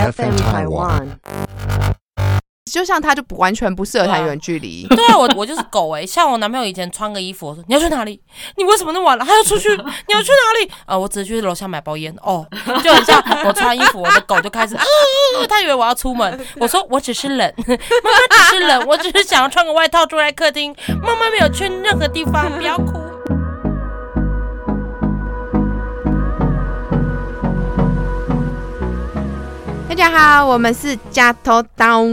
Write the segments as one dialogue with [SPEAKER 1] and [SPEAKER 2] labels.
[SPEAKER 1] FM Taiwan。就像他就完全不适合谈远距离。
[SPEAKER 2] 对啊，我就是狗像我男朋友以前穿个衣服，我说你要去哪里？你为什么那么晚了还要出去？你要去哪里？我只是去楼下买包烟就很像我穿衣服，我的狗就开始他以为我要出门，我说我只是冷，妈妈只是冷，我只是想要穿个外套坐在客厅，妈妈没有去任何地方，不要哭。
[SPEAKER 1] 大家好，我们是加头刀。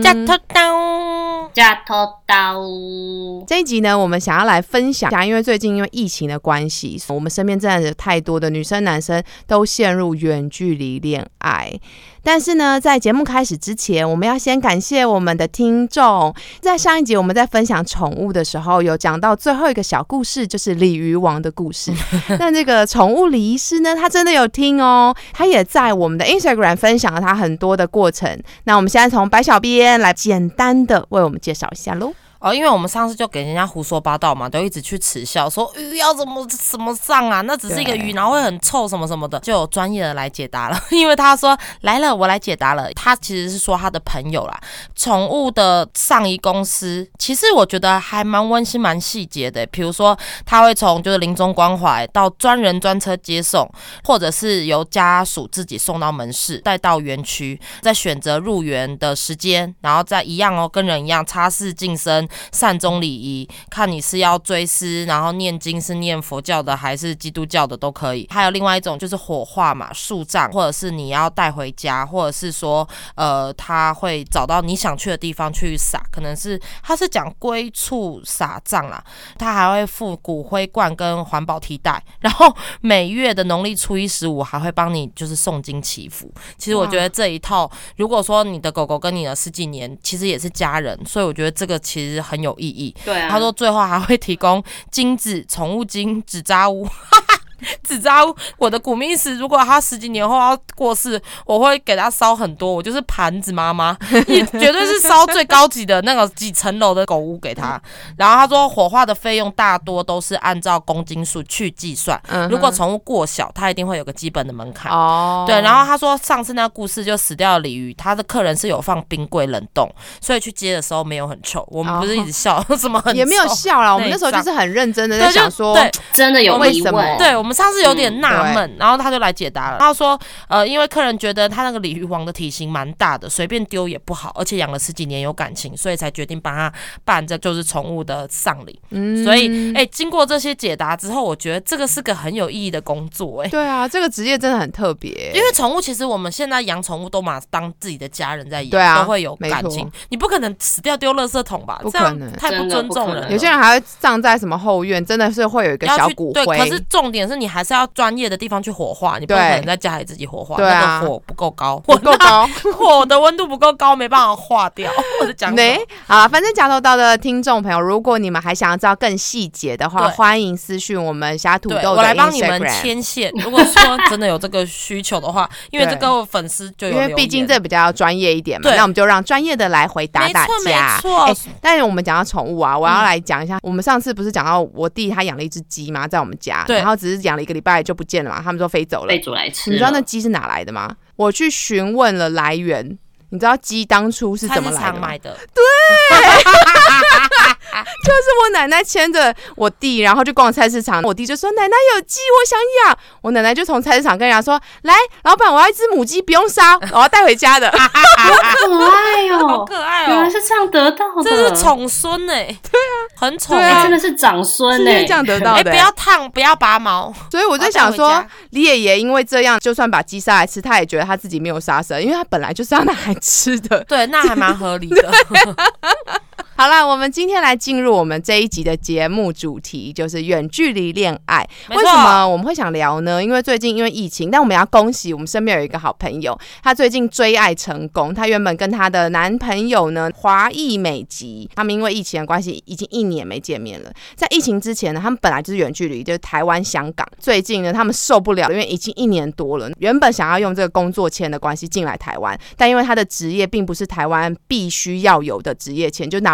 [SPEAKER 1] 这一集呢，我们想要来分享一下，因为最近因为疫情的关系，我们身边真的有太多的女生男生都陷入远距离恋爱。但是呢，在节目开始之前，我们要先感谢我们的听众。在上一集我们在分享宠物的时候，有讲到最后一个小故事，就是鲤鱼王的故事。但这个宠物李医师呢，他真的有听他也在我们的 Instagram 分享了他很多的过程。那我们现在从白小编来简单的为我们介绍一下咯。
[SPEAKER 2] 因为我们上次就给人家胡说八道嘛，都一直去耻笑说鱼要怎么上啊，那只是一个鱼，然后会很臭什么什么的，就有专业的来解答了。因为他说来了，我来解答了。他其实是说他的朋友啦，宠物的上移公司，其实我觉得还蛮温馨蛮细节的。比如说他会从就是临终关怀到专人专车接送，或者是由家属自己送到门市带到园区，再选择入园的时间，然后再一样跟人一样擦拭净身善终礼仪，看你是要追思然后念经是念佛教的还是基督教的都可以。还有另外一种就是火化嘛，树葬，或者是你要带回家，或者是说他会找到你想去的地方去撒，可能是他是讲归处撒葬啦，他还会附骨灰罐跟环保提袋，然后每月的农历初一15还会帮你就是诵经祈福。其实我觉得这一套，如果说你的狗狗跟你的10几年其实也是家人，所以我觉得这个其实很有意义。
[SPEAKER 3] 对啊，
[SPEAKER 2] 他说最后还会提供金纸、宠物金、纸扎屋。纸扎屋，我的古命师如果他10几年后要过世，我会给他烧很多，我就是盘子妈妈，绝对是烧最高级的那个几层楼的狗屋给他。然后他说火化的费用大多都是按照公斤数去计算，如果宠物过小，他一定会有个基本的门槛。对，然后他说上次那个故事就死掉的鲤鱼，他的客人是有放冰柜冷冻，所以去接的时候没有很臭。我们不是一直笑什么很臭，
[SPEAKER 1] 也没有笑啦，我们那时候就是很认真的在想说，
[SPEAKER 3] 真的有疑问。
[SPEAKER 2] 对，我们上次有点纳闷，然后他就来解答了。他说因为客人觉得他那个鲤鱼王的体型蛮大的，随便丢也不好，而且养了10几年有感情，所以才决定帮他办这就是宠物的丧礼。所以经过这些解答之后，我觉得这个是个很有意义的工作。
[SPEAKER 1] 对啊，这个职业真的很特别。
[SPEAKER 2] 因为宠物其实我们现在养宠物都嘛当自己的家人在养，
[SPEAKER 1] 对啊，
[SPEAKER 2] 都会有感情。你不可能死掉丢垃圾桶吧？
[SPEAKER 1] 不可能，
[SPEAKER 2] 这样太不尊重人了。
[SPEAKER 1] 有些人还会葬在什么后院，真的是会有一个小骨灰。
[SPEAKER 2] 对，可是重点是你还是要专业的地方去火化，你不可能在家里自己火化，那个火不够高，火的温度不够高，没办法化掉。我在讲什么？
[SPEAKER 1] 好，反正假头刀的听众朋友，如果你们还想要知道更细节的话，欢迎私讯我们虾土豆的 Instagram，
[SPEAKER 2] 我来帮你们牵线。如果说真的有这个需求的话，因为这个粉丝就有留言，
[SPEAKER 1] 因为毕竟这比较专业一点嘛，那我们就让专业的来回答大家。
[SPEAKER 2] 没错。
[SPEAKER 1] 但是我们讲到宠物啊，我要来讲一下，我们上次不是讲到我弟他养了一只鸡吗？在我们家，然后只是养了1个礼拜就不见了嘛，他们说飞走了，
[SPEAKER 3] 被煮来吃。
[SPEAKER 1] 你知道那鸡是哪来的吗？我去询问了来源，你知道鸡当初是怎么来的吗？
[SPEAKER 2] 买的。
[SPEAKER 1] 对。就是我奶奶牵着我弟，然后去逛菜市场，我弟就说奶奶有鸡我想养，我奶奶就从菜市场跟人家说，来老板我要一只母鸡不用杀，我要带回家的。
[SPEAKER 3] 好可爱哦，
[SPEAKER 2] 好可爱哦，
[SPEAKER 3] 原来是这样得到的，
[SPEAKER 2] 这是宠孙对
[SPEAKER 1] 啊，
[SPEAKER 2] 很宠
[SPEAKER 3] 真的是长孙
[SPEAKER 1] 是这样得到的。
[SPEAKER 2] 不要烫不要拔毛。
[SPEAKER 1] 所以我就想说李爷爷因为这样就算把鸡杀来吃，他也觉得他自己没有杀生，因为他本来就是要拿来吃的。
[SPEAKER 2] 对，那还蛮合理的。
[SPEAKER 1] 好啦，我们今天来进入我们这一集的节目主题，就是远距离恋爱。为什么我们会想聊呢？因为最近因为疫情，但我们要恭喜我们身边有一个好朋友，他最近追爱成功。他原本跟他的男朋友呢华裔美籍，他们因为疫情的关系已经1年没见面了。在疫情之前呢，他们本来就是远距离，就是台湾香港。最近呢，他们受不了，因为已经1年多了，原本想要用这个工作签的关系进来台湾，但因为他的职业并不是台湾必须要有的职业签，就拿不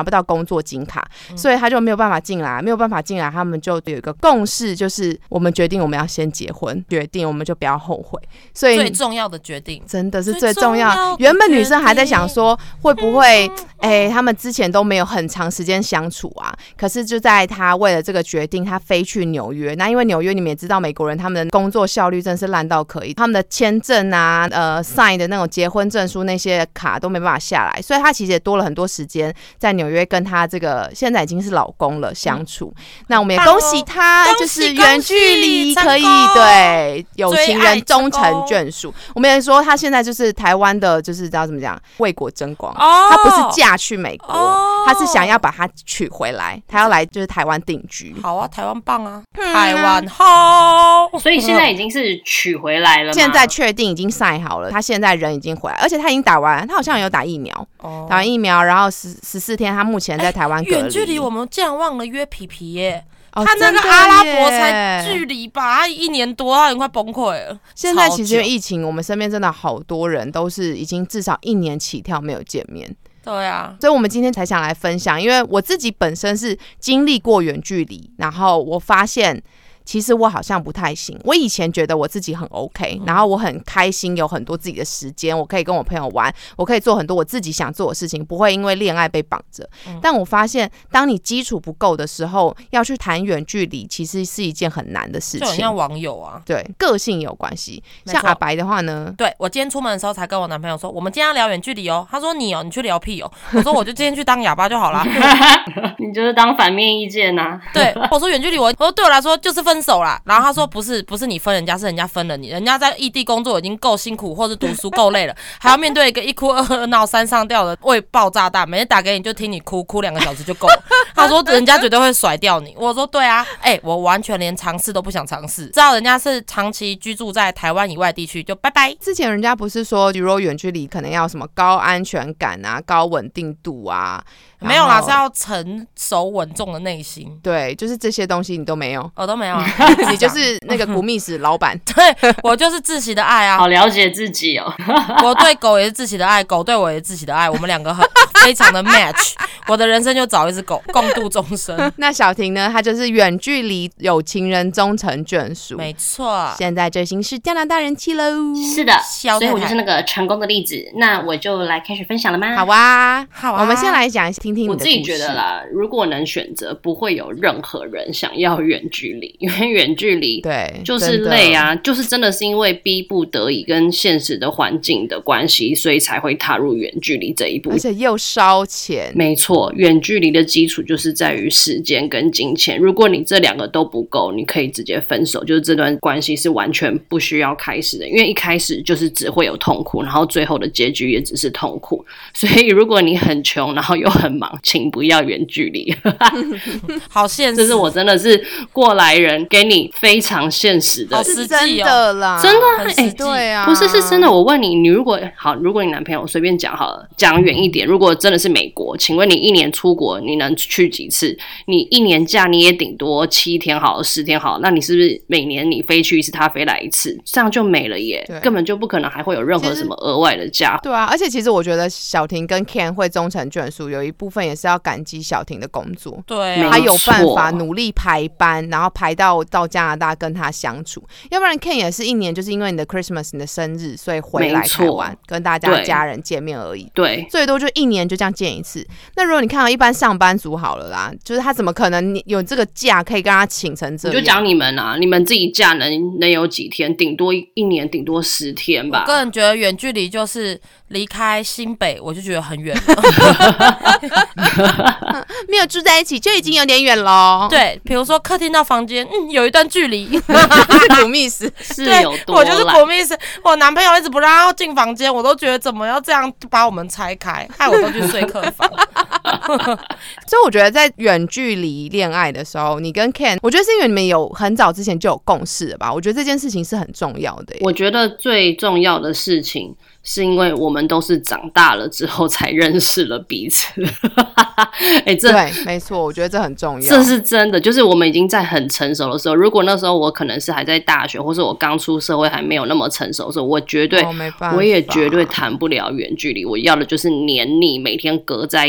[SPEAKER 1] 不到工作金卡，所以他就没有办法进来，没有办法进来，他们就有一个共识，就是我们决定我们要先结婚，决定我们就不要后悔。所以
[SPEAKER 2] 最重要的决定，
[SPEAKER 1] 真的是最重要。原本女生还在想说会不会他们之前都没有很长时间相处啊，可是就在他为了这个决定，他飞去纽约。那因为纽约你们也知道，美国人他们的工作效率真是烂到可以，他们的签证啊sign 的那种结婚证书那些卡都没办法下来，所以他其实也多了很多时间在纽约跟他这个现在已经是老公了相处。那我们也恭喜他，就是远距离可以对有情人终成眷属。我们也说他现在就是台湾的，就是知道怎么讲，为国争光。他不是嫁去美国，他是想要把他娶回来，他要来就是台湾定居。
[SPEAKER 2] 好啊，台湾棒啊，台湾好。
[SPEAKER 3] 所以现在已经是娶回来了吗？
[SPEAKER 1] 现在确定已经晒好了，他现在人已经回来，而且他已经打完，他好像有打疫苗，打完疫苗，然后14天，他目前在台湾隔离。
[SPEAKER 2] 远距离我们竟然忘了约皮皮耶。
[SPEAKER 1] 他
[SPEAKER 2] 那个阿拉伯才距离吧，他1年多，他已经快崩溃了。
[SPEAKER 1] 现在其实因为疫情，我们身边真的好多人都是已经至少1年起跳没有见面。
[SPEAKER 2] 对啊，
[SPEAKER 1] 所以我们今天才想来分享，因为我自己本身是经历过远距离，然后我发现其实我好像不太行。我以前觉得我自己很 OK， 然后我很开心，有很多自己的时间，我可以跟我朋友玩，我可以做很多我自己想做的事情，不会因为恋爱被绑着。但我发现当你基础不够的时候，要去谈远距离其实是一件很难的事情。
[SPEAKER 2] 就很像网友啊，
[SPEAKER 1] 对，个性有关系。像阿白的话呢，
[SPEAKER 2] 对，我今天出门的时候才跟我男朋友说，我们今天要聊远距离哦。他说你去聊屁哦。我说我就今天去当哑巴就好啦。
[SPEAKER 3] 你就是当反面意见啊。
[SPEAKER 2] 对，我说远距离我说对我来说就是分手啦。然后他说不是你分人家，是人家分了你，人家在异地工作已经够辛苦，或是读书够累了，还要面对一个一哭二喝闹三上吊的未爆炸弹，每天打给你就听你哭2个小时就够了。他说人家绝对会甩掉你。我说对啊，我完全连尝试都不想尝试，知道人家是长期居住在台湾以外地区就拜拜。
[SPEAKER 1] 之前人家不是说如果远距离可能要什么高安全感啊，高稳定度啊，
[SPEAKER 2] 没有啦，是要成熟稳重的内心。
[SPEAKER 1] 对，就是这些东西你都没有，
[SPEAKER 2] 我都没有啊。
[SPEAKER 1] 你就是那个古密史老板。
[SPEAKER 2] 对，我就是窒息的爱啊。
[SPEAKER 3] 好了解自己哦。
[SPEAKER 2] 我对狗也是窒息的爱，狗对我也是窒息的爱，我们两个非常的 match。我的人生就找一只狗共度终生。
[SPEAKER 1] 那小婷呢？她就是远距离有情人终成眷属。
[SPEAKER 2] 没错，
[SPEAKER 1] 现在追星是加拿大人气喽。
[SPEAKER 3] 是的，所以我就是那个成功的例子。那我就来开始分享了吗？
[SPEAKER 1] 好啊，
[SPEAKER 2] 好啊。
[SPEAKER 1] 我们先来讲听听你的故事。
[SPEAKER 3] 我自己觉得啦，如果能选择，不会有任何人想要远距离，因为远距离
[SPEAKER 1] 对
[SPEAKER 3] 就是累啊，就是真的是因为逼不得已跟现实的环境的关系，所以才会踏入远距离这一步，
[SPEAKER 1] 而且又烧钱。
[SPEAKER 3] 没错，远距离的基础就是在于时间跟金钱，如果你这2个都不够，你可以直接分手，就是这段关系是完全不需要开始的，因为一开始就是只会有痛苦，然后最后的结局也只是痛苦。所以如果你很穷然后又很忙，请不要远距离。
[SPEAKER 2] 好现实，
[SPEAKER 3] 这是我真的是过来人给你非常现实的，
[SPEAKER 2] 好实际
[SPEAKER 1] 真的啦，
[SPEAKER 3] 真的
[SPEAKER 1] 对啊，
[SPEAKER 3] 不是真的。我问你，如果你男朋友随便讲好了，讲远一点，如果真的是美国，请问你1年出国你能去几次？你1年假你也顶多7天好了10天好了，那你是不是每年你飞去一次，他飞来1次，这样就没了耶？根本就不可能还会有任何什么额外的假。
[SPEAKER 1] 对啊，而且其实我觉得小婷跟 Ken 会终成眷属，有一部分也是要感激小婷的工作。
[SPEAKER 2] 对啊，
[SPEAKER 1] 他有办法努力排班，然后排到加拿大跟他相处。要不然 Ken 也是1年，就是因为你的 Christmas 你的生日，所以回来台湾跟大家家人见面而已。
[SPEAKER 3] 对，
[SPEAKER 1] 最多就1年就这样见一次。那如果你看到一般上班族好了啦，就是他怎么可能有这个假可以跟他请成这样？
[SPEAKER 3] 我就讲你们啊，你们自己假能有几天？顶多1年顶多10天吧。
[SPEAKER 2] 我个人觉得远距离就是离开新北，我就觉得很远了。
[SPEAKER 1] 没有住在一起就已经有点远咯。
[SPEAKER 2] 对，比如说客厅到房间，有一段距离。
[SPEAKER 1] 是古密斯，
[SPEAKER 3] 是有多
[SPEAKER 2] 我就是古密斯。我男朋友一直不让他进房间，我都觉得怎么要这样把我们拆开，害我都去睡客房。
[SPEAKER 1] 所以我觉得在远距离恋爱的时候，你跟 Ken， 我觉得是因为你们有很早之前就有共识了吧？我觉得这件事情是很重要的耶。
[SPEAKER 3] 我觉得最重要的事情是因为我们都是长大了之后才认识了彼此。
[SPEAKER 1] 对，没错，我觉得这很重要。
[SPEAKER 3] 这是真的，就是我们已经在很成熟的时候，如果那时候我可能是还在大学，或是我刚出社会还没有那么成熟的时候，我绝对，我也绝对谈不了远距离。我要的就是黏腻，每天隔在一起的感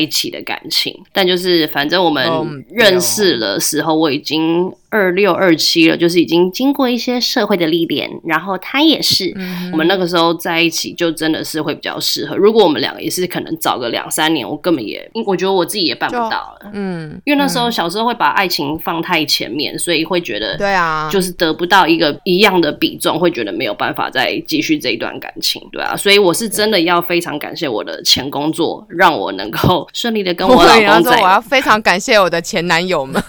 [SPEAKER 3] 感情，但就是反正我们认识的时候，我已经26、27了，就是已经经过一些社会的历练，然后他也是，我们那个时候在一起就真的是会比较适合。如果我们两个也是可能早个2、3年，我根本我觉得我自己也办不到了，因为那时候小时候会把爱情放太前面，所以会觉得对啊，就是得不到一个一样的比重，会觉得没有办法再继续这一段感情，对啊，所以我是真的要非常感谢我的前工作，让我能够顺利的跟我老公在一起。
[SPEAKER 1] 我要非常感谢我的前男友们。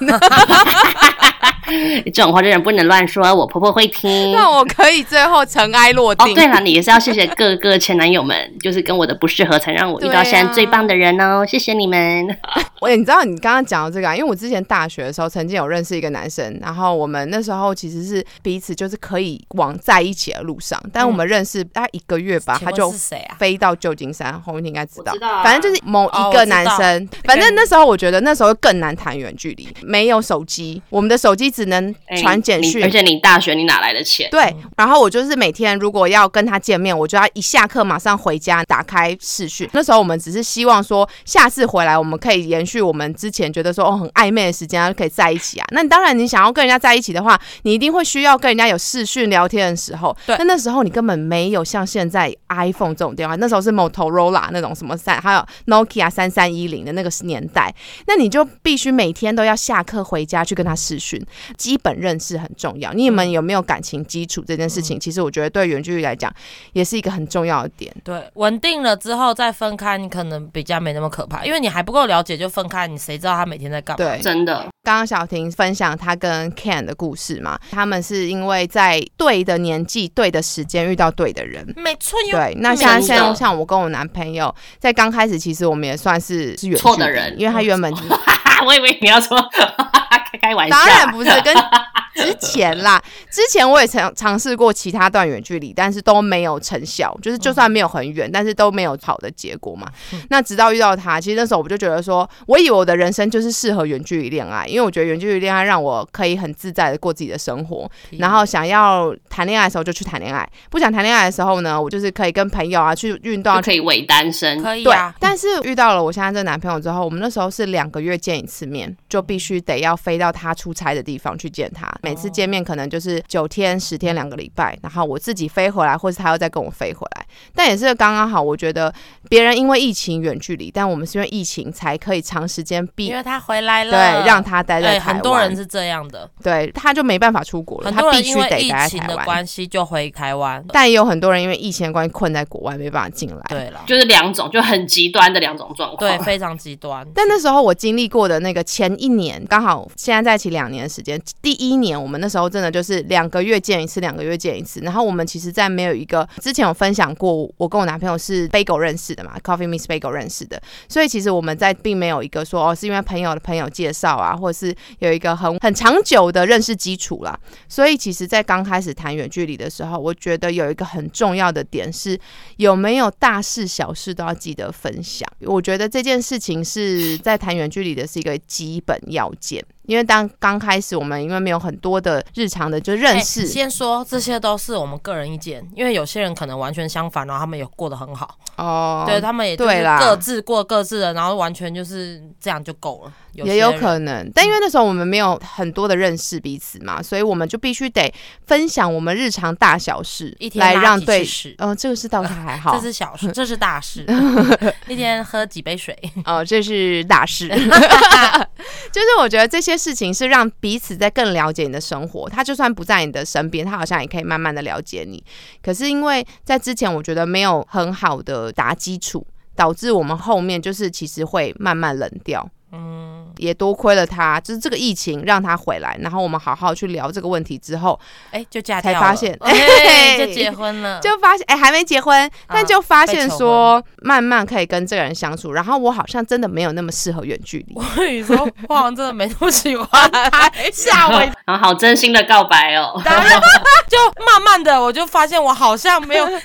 [SPEAKER 3] 这种话真的不能乱说，我婆婆会听。
[SPEAKER 1] 那我可以最后尘埃落定。
[SPEAKER 3] 对了，你也是要谢谢各个前男友们，就是跟我的不适合，才让我遇到现在最棒的人哦，谢谢你们。
[SPEAKER 1] 你知道你刚刚讲到这个因为我之前大学的时候曾经有认识一个男生，然后我们那时候其实是彼此就是可以往在一起的路上，但我们认识大概1个月吧，他就飞到旧金山，后面应该知道，反正就是某一个男生，反正那时候我觉得那时候更难谈远距离，没有手机，我们的手机只能传简讯，
[SPEAKER 3] 而且你大学你哪来的钱？
[SPEAKER 1] 对，然后我就是每天如果要跟他见面，我就要一下课马上回家打开视讯。那时候我们只是希望说下次回来我们可以延续我们之前觉得说很暧昧的时间，就可以在一起啊。那你当然你想要跟人家在一起的话，你一定会需要跟人家有视讯聊天的时候。对，那时候你根本没有像现在 iPhone 这种电话，那时候是 Motorola 那种什么还有 Nokia 3310的那个年代，那你就必须每天都要下课回家去跟他视讯。基本认识很重要，你们有没有感情基础这件事情，其实我觉得对远距离来讲也是一个很重要的点。
[SPEAKER 2] 对，稳定了之后再分开，你可能比较没那么可怕，因为你还不够了解就分开，你谁知道他每天在干嘛？
[SPEAKER 1] 对，
[SPEAKER 3] 真的。
[SPEAKER 1] 刚刚小婷分享她跟 Ken 的故事嘛，他们是因为在对的年纪、对的时间遇到对的人，
[SPEAKER 2] 没错。
[SPEAKER 1] 对，那像我跟我男朋友在刚开始，其实我们也算是远距离
[SPEAKER 3] 错的人，
[SPEAKER 1] 因为他原本
[SPEAKER 3] 我以为你要说开玩笑，
[SPEAKER 1] 当然不是跟之前啦，之前我也尝试过其他段远距离，但是都没有成效，就是就算没有很远，但是都没有好的结果嘛。那直到遇到他，其实那时候我就觉得说，我以为我的人生就是适合远距离恋爱，因为我觉得远距离恋爱让我可以很自在的过自己的生活，然后想要谈恋爱的时候就去谈恋爱，不想谈恋爱的时候呢，我就是可以跟朋友啊去运动，
[SPEAKER 3] 就可以伪单身，
[SPEAKER 2] 可以啊。
[SPEAKER 1] 对，但是遇到了我现在这个男朋友之后，我们那时候是2个月见一次面，就必须得要飞到他出差的地方去见他，每次见面可能就是9天、10天、2个礼拜，然后我自己飞回来，或是他又再跟我飞回来。但也是刚刚好，我觉得别人因为疫情远距离，但我们是因为疫情才可以长时间
[SPEAKER 2] 因为他回来了，
[SPEAKER 1] 对，让他待在台湾。
[SPEAKER 2] 很多人是这样的，
[SPEAKER 1] 对，他就没办法出国了，
[SPEAKER 2] 很多人
[SPEAKER 1] 他必须得待在台湾。
[SPEAKER 2] 因为疫情的关系就回台湾，
[SPEAKER 1] 但也有很多人因为疫情的关系困在国外，没办法进来。
[SPEAKER 2] 对了，
[SPEAKER 3] 就是2种，就很极端的2种状况，
[SPEAKER 2] 对，非常极端。
[SPEAKER 1] 但那时候我经历过的那个前1年，刚好现在在一起2年的时间，第1年我们那时候真的就是2个月见一次，2个月见一次。然后我们其实在没有一个之前有分享过，我跟我男朋友是 Bagel 认识的嘛 ，Coffee Miss Bagel 认识的，所以其实我们在并没有一个说是因为朋友的朋友介绍啊，或者是有一个很长久的认识基础啦。所以其实在刚开始谈远距离的时候，我觉得有一个很重要的点是有没有大事小事都要记得分享。我觉得这件事情是在谈远距离的是一个基本要件。因为刚开始我们因为没有很多的日常的就认识，
[SPEAKER 2] 先说这些都是我们个人意见，因为有些人可能完全相反，然后他们也过得很好哦，对，他们也就是各自过各自的，然后完全就是这样就够了，
[SPEAKER 1] 也有可能。但因为那时候我们没有很多的认识彼此嘛，所以我们就必须得分享我们日常大小事，
[SPEAKER 2] 一天拉几次屎，
[SPEAKER 1] 这个是倒是还好，
[SPEAKER 2] 这是小事，这是大事。一天喝几杯水，
[SPEAKER 1] 这是大事。就是我觉得这些事情是让彼此在更了解你的生活，他就算不在你的身边，他好像也可以慢慢的了解你。可是因为在之前我觉得没有很好的打基础，导致我们后面就是其实会慢慢冷掉。也多亏了他，就是这个疫情让他回来，然后我们好好去聊这个问题之后，
[SPEAKER 2] 就嫁掉了，
[SPEAKER 1] 才发现，
[SPEAKER 2] 就结婚了，
[SPEAKER 1] 就发现，还没结婚，但就发现说，慢慢可以跟这个人相处，然后我好像真的没有那么适合远距离。
[SPEAKER 2] 我跟你说，我好像真的没那么喜欢他，吓我一跳，
[SPEAKER 3] 然后好真心的告白哦，
[SPEAKER 2] 就慢慢的我就发现我好像没有这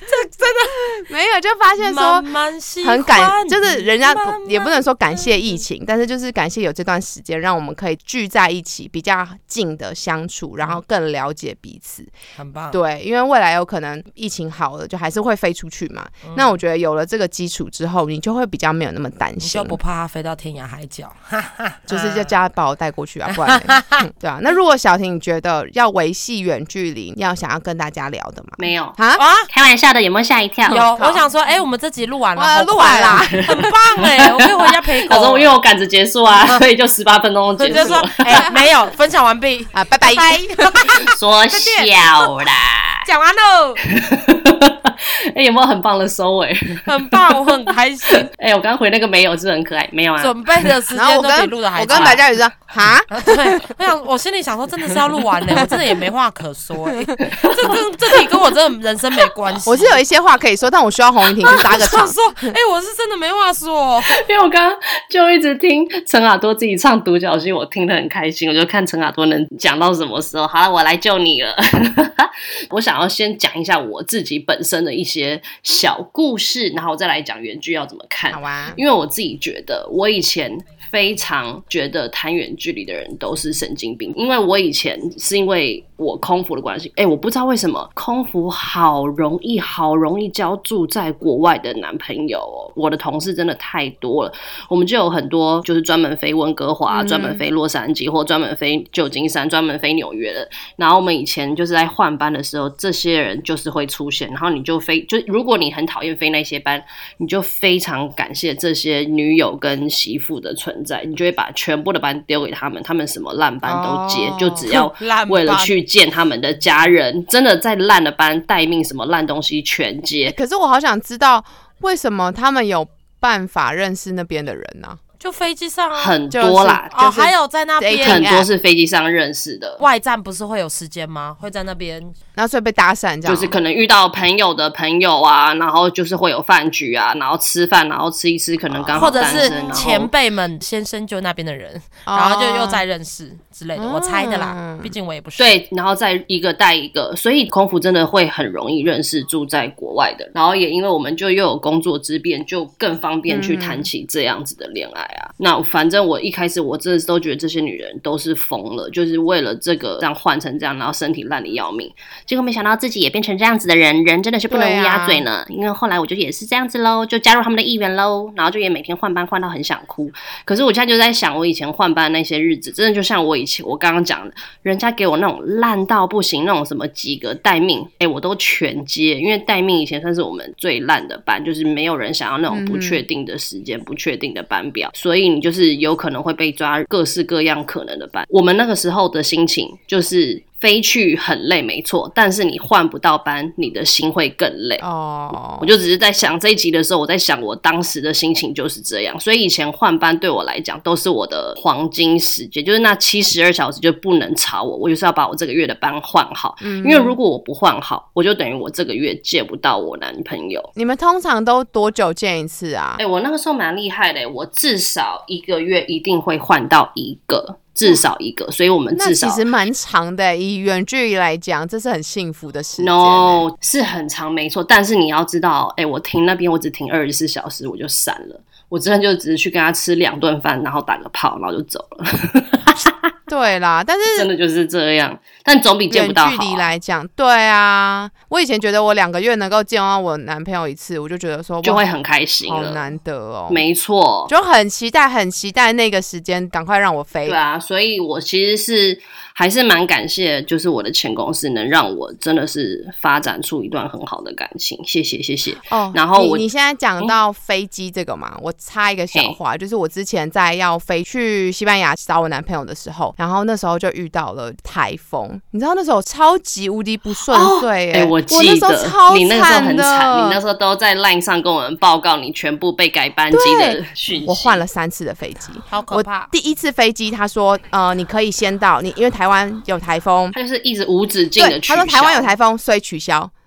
[SPEAKER 1] 没有，就发现说很就是人家也不能说感谢疫情，但是就是感谢有这段时间让我们可以聚在一起，比较近的相处，然后更了解彼此，
[SPEAKER 2] 很棒。
[SPEAKER 1] 对，因为未来有可能疫情好了，就还是会飞出去嘛。那我觉得有了这个基础之后，你就会比较没有那么担心，
[SPEAKER 2] 你就不怕它飞到天涯海角，
[SPEAKER 1] 就是就叫他把我带过去啊，不然对啊。那如果小婷你觉得要维系远距离，要想要跟大家聊的吗？
[SPEAKER 3] 没有
[SPEAKER 1] 啊，
[SPEAKER 3] 开玩笑的，有没有吓一跳？
[SPEAKER 2] 有，我想说，我们这集录完了，
[SPEAKER 1] 录完啦，
[SPEAKER 2] 很棒我可以回家陪狗。
[SPEAKER 3] 可是因为我赶着结束啊，所以就18分钟就结束了。
[SPEAKER 2] 没有，分享完毕
[SPEAKER 1] 啊，拜拜。
[SPEAKER 3] 说笑啦，
[SPEAKER 2] 讲完喽。
[SPEAKER 3] 有没有很棒的收尾？
[SPEAKER 2] 很棒，我很开心。
[SPEAKER 3] 我刚回那个没有，是很可爱，没有啊。
[SPEAKER 2] 准备的时间都比录的还长。
[SPEAKER 1] 我跟白嘉宇说，哈，
[SPEAKER 2] 对，我心里想说，真的是要录完我真的也没话可说这题跟我真的人生没关系。
[SPEAKER 1] 我是有一些话可以说，但我需要洪怡婷去搭个场。
[SPEAKER 2] 说，我是真的没话说，
[SPEAKER 3] 因为我刚刚就一直听陈雅多自己唱独角戏，我听得很开心，我就看陈雅多能讲到什么时候。好了，我来救你了。我想要先讲一下我自己本身的一些小故事，然后我再来讲远距要怎么看。
[SPEAKER 1] 好啊，
[SPEAKER 3] 因为我自己觉得我以前非常觉得谈远距离的人都是神经病，因为我以前是因为我空服的关系，我不知道为什么空服好容易交住在国外的男朋友哦。我的同事真的太多了，我们就有很多就是专门飞温哥华、专门飞洛杉矶或专门飞旧金山、专门飞纽约的。然后我们以前就是在换班的时候，这些人就是会出现，然后你就如果你很讨厌飞那些班，你就非常感谢这些女友跟媳妇的存在，你就会把全部的班丢给他们，他们什么烂班都接，就只要为了去见他们的家人，真的再烂的班待命什么烂东西全接。
[SPEAKER 1] 可是我好想知道为什么他们有办法认识那边的人呢？
[SPEAKER 2] 就飞机上
[SPEAKER 3] 很多啦，
[SPEAKER 2] 就是还有在那边
[SPEAKER 3] 很多是飞机上认识的。
[SPEAKER 2] 外站不是会有时间吗？会在那边，
[SPEAKER 1] 然后所以被搭讪这样，
[SPEAKER 3] 就是可能遇到朋友的朋友啊，然后就是会有饭局啊，然后吃饭，然后吃一吃，可能刚好单身，
[SPEAKER 2] 或者是前辈们先生就那边的人，然后就又再认识之类的，我猜的啦，毕竟我也不是。
[SPEAKER 3] 对，然后再一个带一个，所以空服真的会很容易认识住在国外的，然后也因为我们就又有工作之便，就更方便去谈起这样子的恋爱啊。那反正我一开始我真的都觉得这些女人都是疯了，就是为了这个让换成这样，然后身体烂得要命，结果没想到自己也变成这样子的人真的是不能乌鸦嘴呢。因为后来我就也是这样子咯，就加入他们的一员咯，然后就也每天换班换到很想哭。可是我现在就在想，我以前换班那些日子真的就像我以前我刚刚讲的，人家给我那种烂到不行那种什么几个待命，我都全接，因为待命以前算是我们最烂的班，就是没有人想要那种不确定的时间、不确定的班表，所以你就是有可能会被抓各式各样可能的班。我们那个时候的心情就是飞去很累没错，但是你换不到班，你的心会更累我就只是在想这一集的时候，我在想我当时的心情就是这样，所以以前换班对我来讲都是我的黄金时间，就是那72小时就不能吵我就是要把我这个月的班换好因为如果我不换好，我就等于我这个月见不到我男朋友。
[SPEAKER 1] 你们通常都多久见一次啊？
[SPEAKER 3] 我那个时候蛮厉害的，我至少1个月一定会换到一个，至少一个，所以我们至少
[SPEAKER 1] 那其实蛮长的，以远距离来讲，这是很幸福的时间。
[SPEAKER 3] No， 是很长没错，但是你要知道，我停那边我只停24小时我就散了，我真的就只是去跟他吃2顿饭，然后打个炮，然后就走了。
[SPEAKER 1] 对啦，但是
[SPEAKER 3] 真的就是这样，但总比见不到好
[SPEAKER 1] 远距离来讲，对啊，我以前觉得我2个月能够见到我男朋友一次，我就觉得说
[SPEAKER 3] 就会很开心了，
[SPEAKER 1] 好难得哦。
[SPEAKER 3] 没错，
[SPEAKER 1] 就很期待那个时间赶快让我飞。
[SPEAKER 3] 对啊，所以我其实是还是蛮感谢，就是我的前公司能让我真的是发展出一段很好的感情，谢谢。然后
[SPEAKER 1] 你现在讲到飞机这个嘛，我插一个小话，就是我之前在要飞去西班牙找我男朋友的时候，然后那时候就遇到了台风，你知道那时候超级无敌不顺遂
[SPEAKER 3] 我记得
[SPEAKER 1] 那时候超
[SPEAKER 3] 你那时候
[SPEAKER 1] 惨的，
[SPEAKER 3] 很惨，你那时候都在 LINE 上跟我们报告你全部被改班机的讯息。
[SPEAKER 1] 我换了3次的飞机，
[SPEAKER 2] 好可怕。
[SPEAKER 1] 我第一次飞机他说你可以先到，因为台湾有台风，
[SPEAKER 3] 他就是一直无止境的取消。
[SPEAKER 1] 他说台湾有台风所以取消，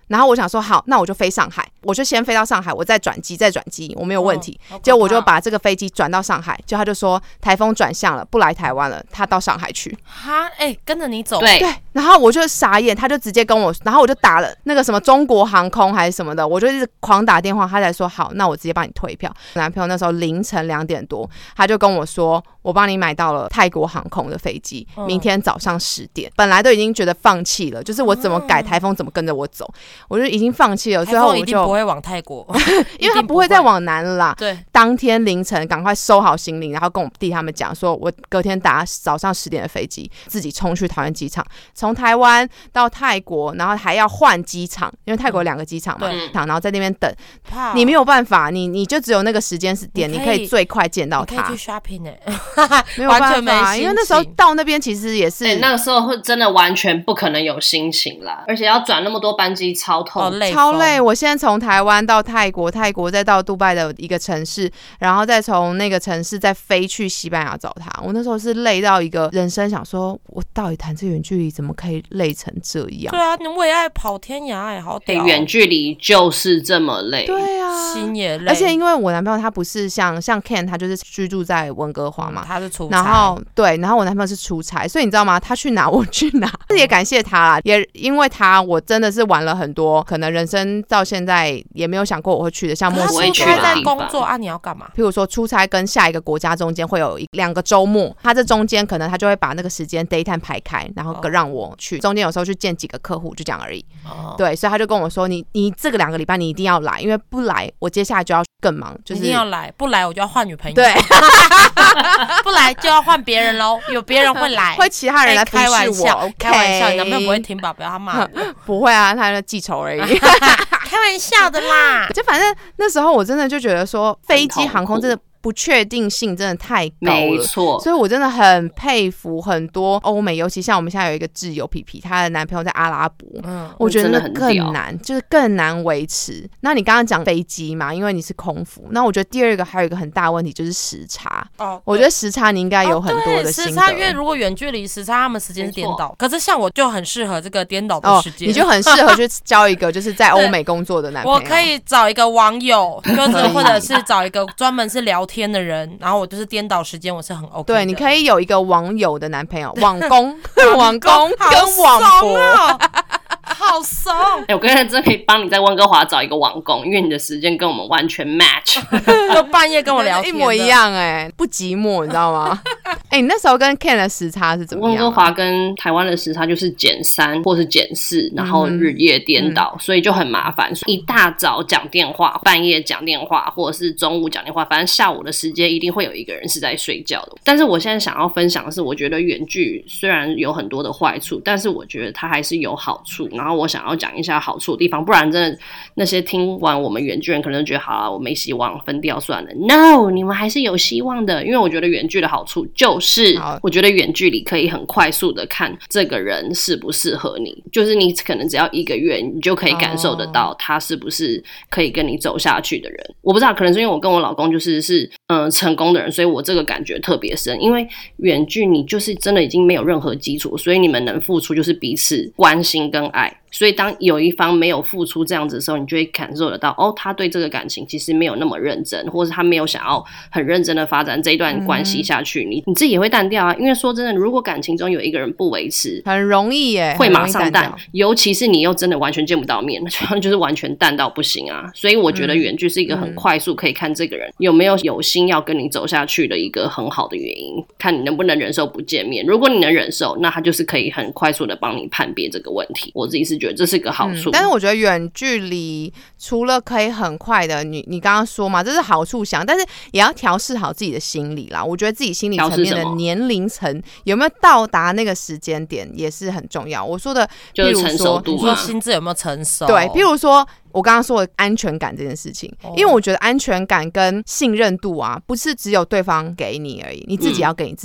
[SPEAKER 1] 然后我想说好，那我就飞上海，我就先飞到上海，我再转机，我没有问题。结果我就把这个飞机转到上海，就他就说台风转向了，不来台湾了，他到上海去。
[SPEAKER 2] 哈，跟着你走。
[SPEAKER 3] 对，
[SPEAKER 1] 然后我就傻眼，他就直接跟我，然后我就打了那个什么中国航空还是什么的，我就一直狂打电话，他才说好，那我直接帮你退票。我男朋友那时候凌晨2点多，他就跟我说，我帮你买到了泰国航空的飞机，明天早上10点。本来都已经觉得放弃了，就是我怎么改台风怎么跟着我走，我就已经放弃了。最后我就
[SPEAKER 2] 一定不会往泰国，
[SPEAKER 1] 因为他不会再往南了啦。
[SPEAKER 2] 对，
[SPEAKER 1] 当天凌晨赶快收好行李，然后跟我弟他们讲说，我隔天打早上10点的飞机，自己冲去桃园机场，从台湾到泰国，然后还要换机场，因为泰国有2个机场嘛，然后在那边等，你没有办法，你就只有那个时间点，你可以最快见到他。
[SPEAKER 2] 你可以去 shopping
[SPEAKER 1] 没有办法，因为那时候到那边其实也是，
[SPEAKER 3] 那个时候会真的完全不可能有心情啦，而且要转那么多班机，超痛，
[SPEAKER 1] 超累。我现在从台湾到泰国再到杜拜的一个城市，然后再从那个城市再飞去西班牙找他。我那时候是累到一个人生，想说我到底谈这远距离怎么可以累成这样？
[SPEAKER 2] 对啊，你为爱跑天涯好屌。
[SPEAKER 3] 远距离就是这么累。
[SPEAKER 1] 对啊，
[SPEAKER 2] 心也累。
[SPEAKER 1] 而且因为我男朋友他不是像 Ken， 他就是居住在温哥华嘛，
[SPEAKER 2] 他是出差。
[SPEAKER 1] 然后我男朋友是出差，所以你知道吗？他去哪我去哪，也感谢他啦。也因为他，我真的是玩了很多，可能人生到现在也没有想过我会去的，像墨西哥。
[SPEAKER 2] 他在工作啊，你要干嘛？
[SPEAKER 1] 譬如说出差跟下一个国家中间会有2个周末，他这中间可能他就会把那个时间 daytime 排开，然后让我去。中间有时候去见几个客户，就这样而已。对，所以他就跟我说，你这个2个礼拜你一定要来，因为不来我接下来就要更忙，就是
[SPEAKER 2] 一定要来，不来我就要换女朋友。
[SPEAKER 1] 对，
[SPEAKER 2] 不来就要换别人喽，有别人会来，
[SPEAKER 1] 会其他人来服侍我。
[SPEAKER 2] 开玩笑，你男朋友不会听吧？不要他骂你。
[SPEAKER 1] 不会啊，他在记仇而已。
[SPEAKER 2] 开玩笑的啦。
[SPEAKER 1] 就反正那时候我真的就觉得说，飞机航空真的不确定性真的太高了，
[SPEAKER 3] 没错，
[SPEAKER 1] 所以我真的很佩服很多欧美，尤其像我们现在有一个挚友皮皮，她的男朋友在阿拉伯，我觉得那更难，就是更难维持。那你刚刚讲飞机嘛，因为你是空服，那我觉得第二个还有一个很大的问题就是时差。我觉得时差你应该有很多的心得。
[SPEAKER 2] 时差，因为如果远距离时差，他们时间是颠倒，可是像我就很适合这个颠倒的时间，
[SPEAKER 1] 你就很适合去交一个就是在欧美工作的男朋友。
[SPEAKER 2] 我可以找一个网友，就是或者是找一个专门是聊天的人，然后我就是颠倒时间，我是很 OK 的。
[SPEAKER 1] 对，你可以有一个网友的男朋友，网工，网工跟网婆。
[SPEAKER 2] 好怂！
[SPEAKER 3] 我跟你真可以帮你在温哥华找一个网工，因为你的时间跟我们完全 match，
[SPEAKER 2] 就半夜跟我聊天
[SPEAKER 1] 一模一样不寂寞，你知道吗？你那时候跟 Ken 的时差是怎么样？
[SPEAKER 3] 温哥华跟台湾的时差就是减3或是减4，然后日夜颠倒，所以就很麻烦。一大早讲电话，半夜讲电话，或者是中午讲电话，反正下午的时间一定会有一个人是在睡觉的。但是我现在想要分享的是，我觉得远距虽然有很多的坏处，但是我觉得它还是有好处。然后我想要讲一下好处的地方，不然真的那些听完我们远距人可能觉得好啊，我没希望，分掉算了。No， 你们还是有希望的，因为我觉得远距的好处就是，我觉得远距离可以很快速的看这个人适不适合你，就是你可能只要1个月，你就可以感受得到他是不是可以跟你走下去的人。我不知道，可能是因为我跟我老公就是成功的人，所以我这个感觉特别深。因为远距你就是真的已经没有任何基础，所以你们能付出就是彼此关心跟爱。所以当有一方没有付出这样子的时候，你就会感受得到，他对这个感情其实没有那么认真，或是他没有想要很认真的发展这一段关系下去，你自己也会淡掉啊。因为说真的，如果感情中有一个人不维持，
[SPEAKER 1] 很容易
[SPEAKER 3] 会马上淡，尤其是你又真的完全见不到面，就是完全淡到不行啊。所以我觉得远距是一个很快速可以看这个人有没有心要跟你走下去的一个很好的原因，看你能不能忍受不见面。如果你能忍受，那他就是可以很快速的帮你判别这个问题。我自己是觉得这是个好处，
[SPEAKER 1] 但是我觉得远距离除了可以很快的，你刚刚说嘛，这是好处想，但是也要调试好自己的心理啦。我觉得自己心理层面的年龄层有没有到达那个时间点也是很重要。我说的
[SPEAKER 3] 就是成熟度，
[SPEAKER 2] 你说心智有没有成熟？
[SPEAKER 1] 对，譬如说我刚刚说的安全感这件事情，因为我觉得安全感跟信任度啊，不是只有对方给你而已，你自己要给你自己。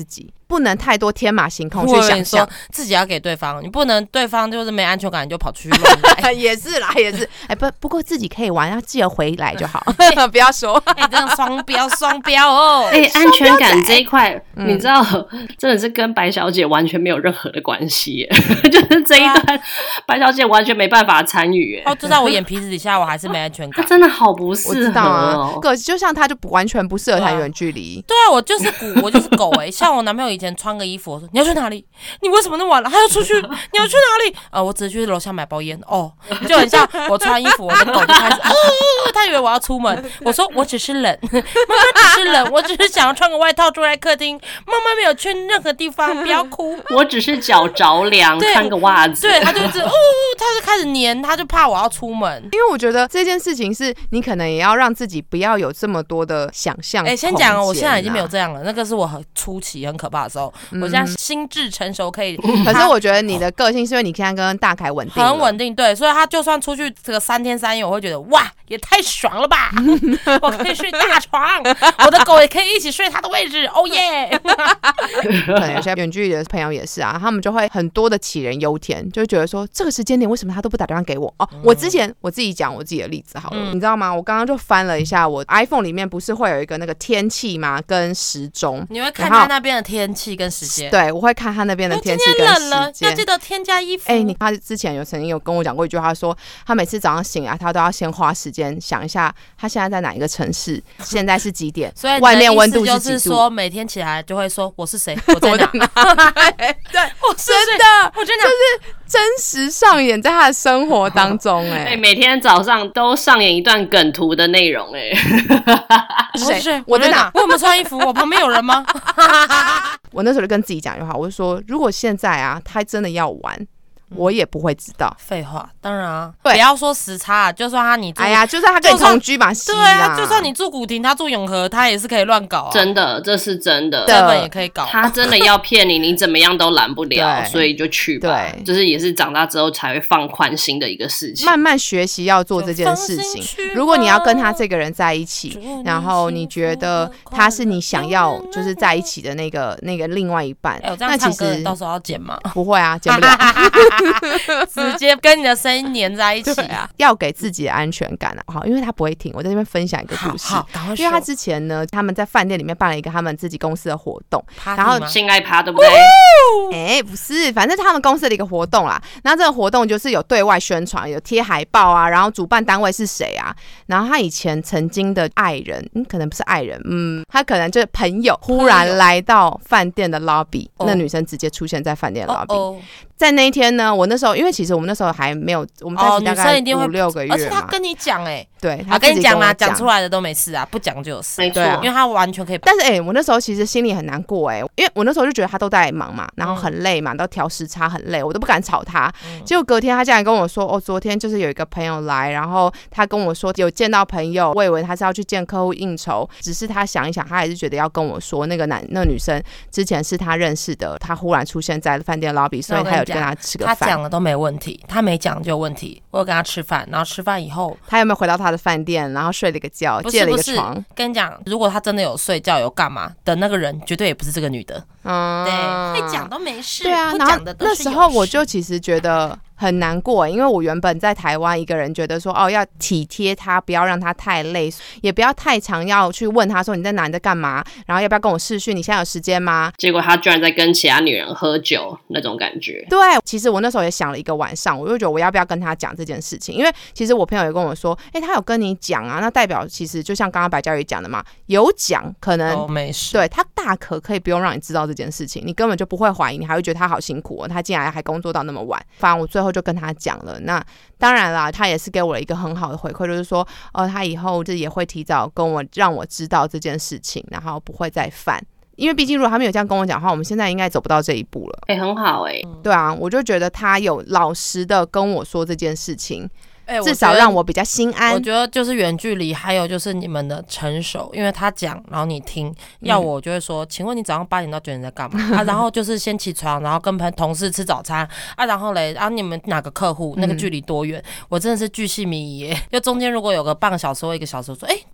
[SPEAKER 1] 不能太多天马行空去想象，
[SPEAKER 2] 自己要给对方，你不能对方就是没安全感你就跑出去乱来。
[SPEAKER 1] 也是啦，也是。不过自己可以玩，要记得回来就好，不要说。
[SPEAKER 2] 这样双标哦。
[SPEAKER 3] 安全感这一块，你知道，真的是跟白小姐完全没有任何的关系耶，就是这一段，白小姐完全没办法参与。
[SPEAKER 2] 就在我眼皮子底下，我还是没安全感。
[SPEAKER 3] 她真的好不适合哦。
[SPEAKER 1] 就像她就完全不适合谈远距离。
[SPEAKER 2] 对啊，我就是狗像我男朋友以前穿个衣服，我说你要去哪里？你为什么那么晚了还要出去？你要去哪里？我只是去楼下买包烟。就很像我穿衣服，我的狗就开始他以为我要出门。我说我只是冷，妈妈只是冷，我只是想要穿个外套住在客厅。妈妈没有去任何地方，不要哭。
[SPEAKER 3] 我只是脚着凉，穿个袜子。
[SPEAKER 2] 对，他就一直他就开始黏，他就怕我要出门。
[SPEAKER 1] 因为我觉得这件事情是你可能也要让自己不要有这么多的想象。
[SPEAKER 2] 先讲我现在已经没有这样了，那个是我很初期很可怕的时候。我现在心智成熟，可以。
[SPEAKER 1] 可是我觉得你的个性是因为你现在跟大凯稳定了，
[SPEAKER 2] 很稳定，对，所以他就算出去这个3天3夜，我会觉得哇，也太爽了吧！我可以睡大床，我的狗也可以一起睡它的位置，哦耶！
[SPEAKER 1] 可能有些远距离的朋友也是啊，他们就会很多的杞人忧天，就会觉得说这个时间点为什么他都不打电话给我？我之前我自己讲我自己的例子好了，你知道吗？我刚刚就翻了一下，我 iPhone 里面不是会有一个那个天气吗？跟时钟，
[SPEAKER 2] 你会看他那边的天气跟时间？
[SPEAKER 1] 对，我会看他那边的天气跟时间。
[SPEAKER 2] 今天冷了，要记得添加衣服。
[SPEAKER 1] 他之前曾经有跟我讲过一句话，说他每次早上醒来，他都要先花时间想一下他现在在哪一个城市，现在是几点，
[SPEAKER 2] 所以
[SPEAKER 1] 外面温度是几度。
[SPEAKER 2] 就是说每天起来就会说我是谁，我在哪？
[SPEAKER 1] 对，我真的，我觉得就是真实上演在他的生活当中。
[SPEAKER 3] 每天早上都上演一段梗图的内容。
[SPEAKER 2] 谁？我在哪？我有没有穿衣服？我旁边有人吗？
[SPEAKER 1] 我那时候就跟自己讲一句话，我就说，如果现在啊，他真的要玩，我也不会知道。
[SPEAKER 2] 废话，当然啊，不要说时差，就算你住，
[SPEAKER 1] 就算他跟你同居吧，
[SPEAKER 2] 对啊，就算你住古亭，他住永和，他也是可以乱搞啊。
[SPEAKER 3] 真的，这是真的，
[SPEAKER 2] 根本也可以搞。
[SPEAKER 3] 他真的要骗你，你怎么样都拦不了，所以就去吧。对，就是也是长大之后才会放宽心的一个事情。
[SPEAKER 1] 慢慢学习要做这件事情。如果你要跟他这个人在一起，然后你觉得他是你想要就是在一起的那个另外一半，
[SPEAKER 2] 那其实到时候要剪吗？
[SPEAKER 1] 不会啊，剪不了。
[SPEAKER 2] 直接跟你的声音黏在一起啊！
[SPEAKER 1] 要给自己的安全感啊！好，因为他不会听，我在这边分享一个故事。
[SPEAKER 2] 好，赶快说。
[SPEAKER 1] 因为他之前呢，他们在饭店里面办了一个他们自己公司的活动，然后
[SPEAKER 3] 性爱趴，对不对？
[SPEAKER 1] 不是，反正他们公司的一个活动啦。然后这个活动就是有对外宣传，有贴海报啊，然后主办单位是谁啊？然后他以前曾经的爱人，可能不是爱人，他可能就是朋友，忽然来到饭店的 lobby， 那女生直接出现在饭店的 lobby。在那一天呢，我那时候因为其实我们那时候还没有，我们在一起大概5-6个月嘛，
[SPEAKER 2] 而且他跟你讲
[SPEAKER 1] 对，
[SPEAKER 2] 他跟你讲啦，讲出来的都没事啊，不讲就有事，
[SPEAKER 3] 没错，
[SPEAKER 2] 因为他完全可以。
[SPEAKER 1] 但是我那时候其实心里很难过因为我那时候就觉得他都在忙嘛，然后很累嘛，都调时差很累，我都不敢吵他。结果隔天他竟然跟我说，昨天就是有一个朋友来，然后他跟我说有见到朋友，我以为他是要去见客户应酬，只是他想一想，他还是觉得要跟我说那个女生之前是他认识的，他忽然出现在饭店 lobby， 所以他有跟他吃个饭。
[SPEAKER 2] 他讲的都没问题，他没讲就有问题。我有跟他吃饭，然后吃饭以后，
[SPEAKER 1] 他有没有回到他的饭店，然后睡了一个觉，借了一个床？
[SPEAKER 2] 跟你讲，如果他真的有睡觉有干嘛的那个人，绝对也不是这个女的。对，会讲都没事。
[SPEAKER 1] 对啊，
[SPEAKER 2] 不讲的都是有事。
[SPEAKER 1] 那时候我就其实觉得很难过，因为我原本在台湾一个人觉得说要体贴他，不要让他太累，也不要太常要去问他说你在哪，你在干嘛，然后要不要跟我视讯，你现在有时间吗？
[SPEAKER 3] 结果他居然在跟其他女人喝酒那种感觉。
[SPEAKER 1] 对，其实我那时候也想了一个晚上，我就觉得我要不要跟他讲这件事情，因为其实我朋友也跟我说他有跟你讲啊，那代表其实就像刚刚白嘉瑜讲的嘛，有讲可能
[SPEAKER 2] 没事，
[SPEAKER 1] 对，他大可以不用让你知道这件事情，你根本就不会怀疑，你还会觉得他好辛苦他竟然还工作到那么晚。反正我最后就跟他讲了，那当然啦，他也是给我了一个很好的回馈，就是说他以后就也会提早跟我让我知道这件事情，然后不会再犯。因为毕竟如果他没有这样跟我讲的话，我们现在应该走不到这一步了。
[SPEAKER 3] 很好
[SPEAKER 1] 对啊，我就觉得他有老实的跟我说这件事情，至少让我比较心安。
[SPEAKER 2] 我觉得就是远距离，还有就是你们的成熟，因为他讲，然后你听。要我就会说，请问你早上8点到9点在干嘛？然后就是先起床，然后跟同事吃早餐然后嘞，你们哪个客户那个距离多远？我真的是巨细靡遗耶。就中间如果有个半个小时或1个小时，说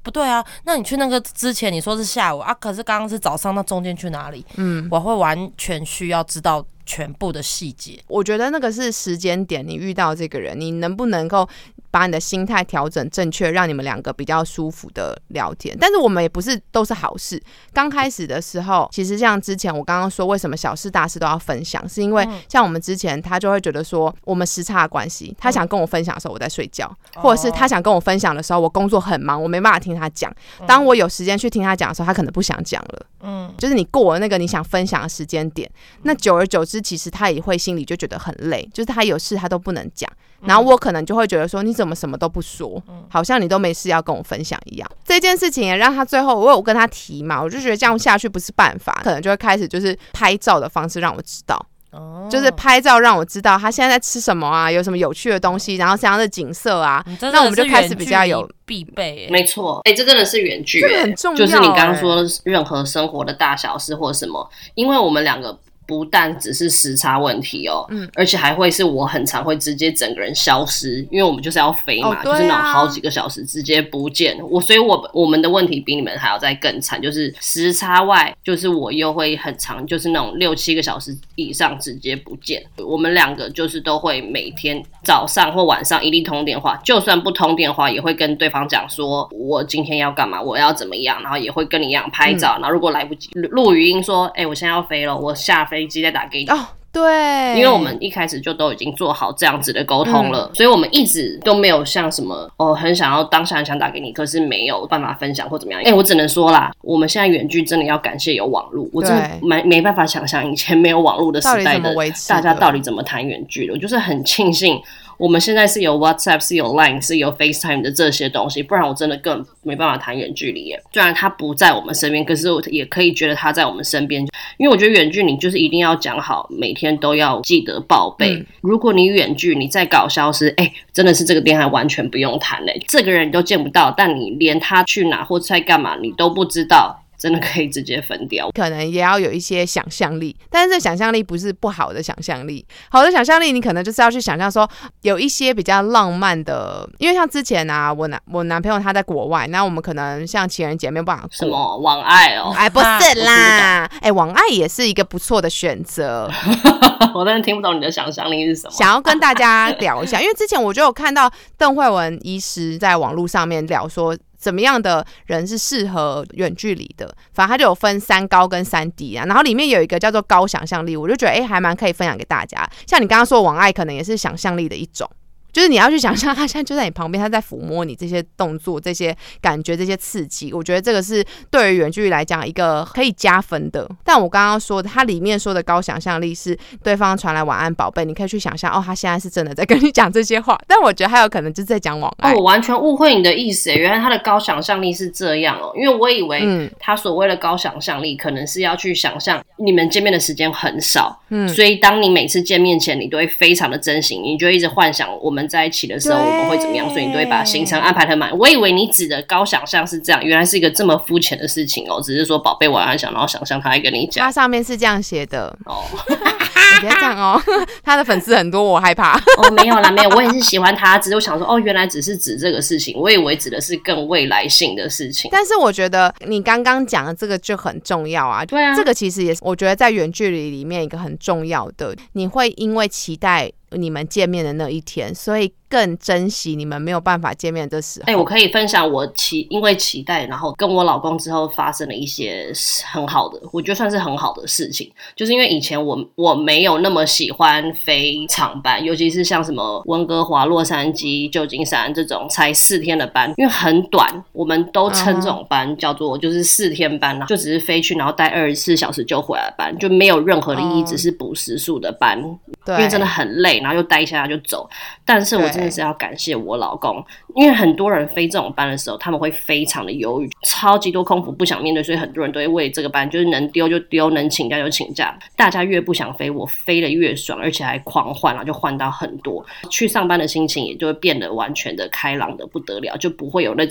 [SPEAKER 2] 不对啊，那你去那个之前你说是下午啊，可是刚刚是早上，那中间去哪里？我会完全需要知道全部的细节。
[SPEAKER 1] 我觉得那个是时间点，你遇到这个人，你能不能够把你的心态调整正确，让你们两个比较舒服的聊天。但是我们也不是都是好事。刚开始的时候，其实像之前我刚刚说，为什么小事大事都要分享，是因为像我们之前他就会觉得说，我们时差的关系，他想跟我分享的时候我在睡觉，或者是他想跟我分享的时候我工作很忙，我没办法听他讲。当我有时间去听他讲的时候，他可能不想讲了。就是你过了那个你想分享的时间点，那久而久之，其实他也会心里就觉得很累，就是他有事他都不能讲。然后我可能就会觉得说，你怎么什么都不说，好像你都没事要跟我分享一样。这件事情也让他最后我有跟他提嘛，我就觉得这样下去不是办法，可能就会开始就是拍照的方式让我知道。就是拍照让我知道他现在在吃什么啊，有什么有趣的东西，然后这样的景色啊，那我们就开始比较有
[SPEAKER 2] 必备。
[SPEAKER 3] 没错，这真的是远距，
[SPEAKER 1] 这个很重要。
[SPEAKER 3] 就是你刚刚说任何生活的大小事或什么，因为我们两个不但只是时差问题而且还会是我很常会直接整个人消失，因为我们就是要飞嘛，就是那种好几个小时直接不见。所以我们的问题比你们还要再更惨，就是时差外，就是我又会很长，就是那种6-7个小时以上直接不见。我们两个就是都会每天早上或晚上一定通电话，就算不通电话也会跟对方讲说我今天要干嘛，我要怎么样，然后也会跟你一样拍照，然后如果来不及录语音说我现在要飞了，我下飞机再打给你。
[SPEAKER 1] 对，
[SPEAKER 3] 因为我们一开始就都已经做好这样子的沟通了，所以我们一直都没有像什么很想要当下很想打给你，可是没有办法分享或怎么样。我只能说啦，我们现在远距真的要感谢有网络，我真的没办法想象以前没有网络的时代的大家到底怎么谈远距的。我就是很庆幸我们现在是有 WhatsApp 是有 Line 是有 FaceTime 的这些东西，不然我真的更没办法谈远距离耶。虽然他不在我们身边，可是我也可以觉得他在我们身边，因为我觉得远距你就是一定要讲好，每天都要记得报备。如果你远距你再搞消失，真的是这个电话完全不用谈嘞，这个人你都见不到，但你连他去哪或在干嘛你都不知道，真的可以直接分掉。
[SPEAKER 1] 可能也要有一些想象力，但是这想象力不是不好的想象力，好的想象力你可能就是要去想象说有一些比较浪漫的，因为像之前啊我男朋友他在国外，那我们可能像情人节没有办法过
[SPEAKER 3] 什么网爱
[SPEAKER 1] 不是啦网爱也是一个不错的选择
[SPEAKER 3] 我真的听不懂你的想象力是什么。
[SPEAKER 1] 想要跟大家聊一下因为之前我就有看到邓惠文医师在网络上面聊说怎么样的人是适合远距离的，反正他就有分3高跟3低啊，然后里面有一个叫做高想象力，我就觉得还蛮可以分享给大家。像你刚刚说的网爱可能也是想象力的一种，就是你要去想象他现在就在你旁边，他在抚摸你这些动作、这些感觉、这些刺激，我觉得这个是对于远距离来讲一个可以加分的。但我刚刚说的，它里面说的高想象力是对方传来晚安宝贝，你可以去想象他现在是真的在跟你讲这些话，但我觉得还有可能就是在讲网爱。
[SPEAKER 3] 我完全误会你的意思耶，原来他的高想象力是这样因为我以为他所谓的高想象力可能是要去想象你们见面的时间很少，所以当你每次见面前你都会非常的珍惜，你就一直幻想我们在一起的时候我们会怎么样，所以你都会把行程安排很满。我以为你指的高想象是这样，原来是一个这么肤浅的事情只是说宝贝晚安想，然后想象他还跟你讲，
[SPEAKER 1] 他上面是这样写的你别这样他的粉丝很多，我害怕
[SPEAKER 3] 没有啦，没有，我也是喜欢他，只是我想说原来只是指这个事情，我以为指的是更未来性的事情。
[SPEAKER 1] 但是我觉得你刚刚讲的这个就很重要啊，
[SPEAKER 3] 对啊，
[SPEAKER 1] 这个其实也是我觉得在远距离里面一个很重要的，你会因为期待你们见面的那一天，所以更珍惜你们没有办法见面的时候。
[SPEAKER 3] 我可以分享我因为期待然后跟我老公之后发生了一些很好的，我觉得算是很好的事情，就是因为以前我没有那么喜欢飞长班，尤其是像什么温哥华、洛杉矶、旧金山这种才4天的班，因为很短，我们都称这种班叫做就是4天班，就只是飞去然后待24小时就回来的班，就没有任何的意义，只是补时数的班，因为真的很累，然后又待一下就走。但是我真的是要感谢我老公，因为很多人飞这种班的时候他们会非常的犹豫，超级多空服不想面对，所以很多人都会为这个班就是能丢就丢，能请假就请假。大家越不想飞，我飞得越爽，而且还狂换，然后就换到很多，去上班的心情也就会变得完全的开朗的不得了，就不会有那种